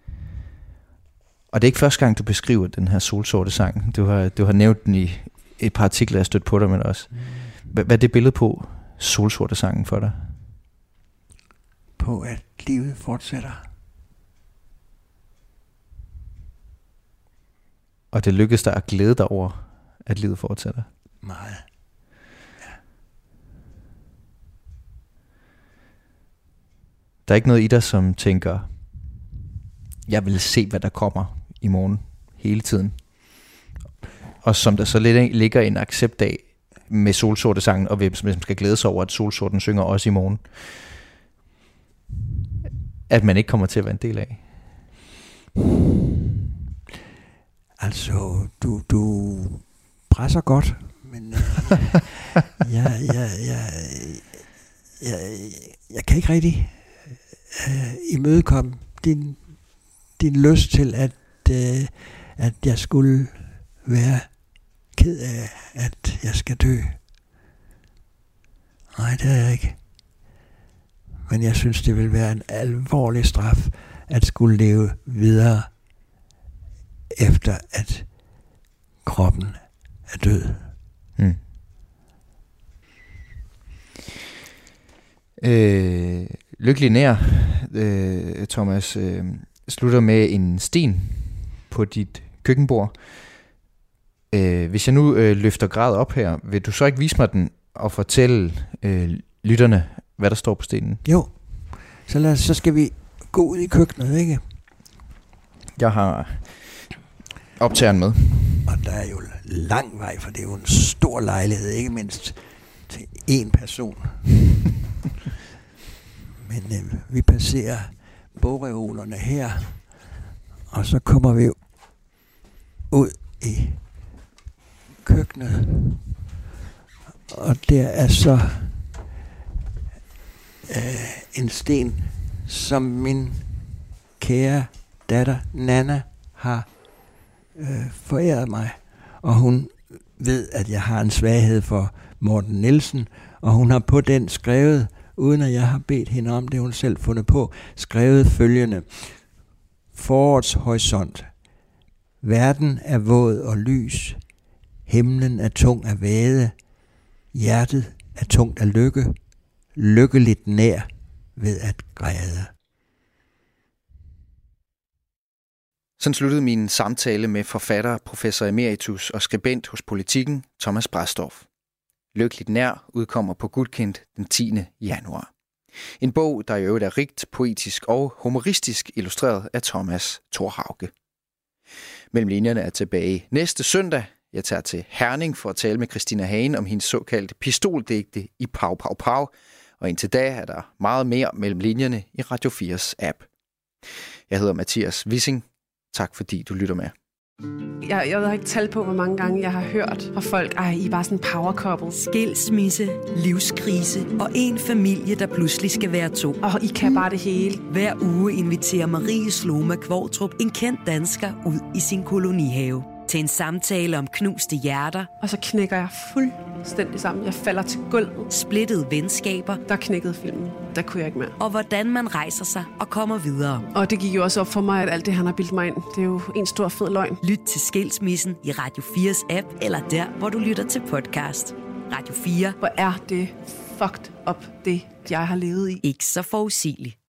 Og det er ikke første gang, du beskriver den her solsorte sang. Du har, du har nævnt den i et par artikler, jeg har stødt på dig, men også. Hvad er det billede på, solsorte sangen for dig? På at livet fortsætter. Og det lykkedes dig at glæde dig over, at livet fortsætter? Meget. Ja. Der er ikke noget i dig, som tænker, jeg vil se, hvad der kommer i morgen hele tiden. Og som der så ligger en accept af med solsorte sangen, og hvis man skal glæde sig over, at solsorten synger også i morgen, at man ikke kommer til at være en del af. Altså, du, du presser godt, men øh, jeg, jeg, jeg, jeg, jeg kan ikke rigtig øh, imødekomme din, din lyst til, at, øh, at jeg skulle være ked af, at jeg skal dø. Nej, det er jeg ikke. Men jeg synes, det vil være en alvorlig straf, at skulle leve videre, efter at kroppen er død. Hmm. Øh, lykkelig nær, øh, Thomas, øh, slutter med en sten på dit køkkenbord. Øh, hvis jeg nu øh, løfter gradet op her, vil du så ikke vise mig den og fortælle øh, lytterne, hvad der står på stenen? Jo, så, lad os, så skal vi gå ud i køkkenet, ikke? Jeg har optageren med. Og der er jo lang vej, for det er jo en stor lejlighed, ikke mindst til én person. Men øh, vi passerer bogreolerne her, og så kommer vi ud i køkkenet, og der er så øh, en sten, som min kære datter Nana har øh, foræret mig, og hun ved, at jeg har en svaghed for Morten Nielsen, og hun har på den skrevet, uden at jeg har bedt hende om det, hun selv fundet på, skrevet følgende: Forårets horisont. Verden er våd og lys. Himlen er tung af væde. Hjertet er tungt af lykke. Lykkeligt nær. ved at græde. Sådan sluttede min samtale med forfatter, professor emeritus og skribent hos Politiken, Thomas Bredsdorff. Lykkeligt nær udkommer på Gulkind den tiende januar. En bog, der i øvrigt er rigt poetisk og humoristisk illustreret af Thomas Thorhauge. Mellem linjerne er tilbage næste søndag. Jeg tager til Herning for at tale med Christina Hagen om hendes såkaldte pistoldigte i Pau Pau Pau. Og indtil da er der meget mere mellem linjerne i Radio fires app. Jeg hedder Mathias Wissing. Tak fordi du lytter med. Jeg, jeg har ikke talt på, hvor mange gange jeg har hørt fra folk, ej, I er bare sådan en power couple. Skilsmisse, livskrise og en familie, der pludselig skal være to. Og I kan bare det hele. Hver uge inviterer Marie Sloma Kvortrup en kendt dansker ud i sin kolonihave til en samtale om knuste hjerter. Og så knækker jeg fuldstændig sammen. Jeg falder til gulvet. Splittede venskaber. Der knækkede filmen. Der kunne jeg ikke mere. Og hvordan man rejser sig og kommer videre. Og det gik jo også op for mig, at alt det, han har bildt mig ind, det er jo en stor fed løgn. Lyt til Skilsmissen i Radio fires app, eller der, hvor du lytter til podcast. Radio fire. Hvor er det fucked up, det jeg har levet i. Ikke så forudsigeligt.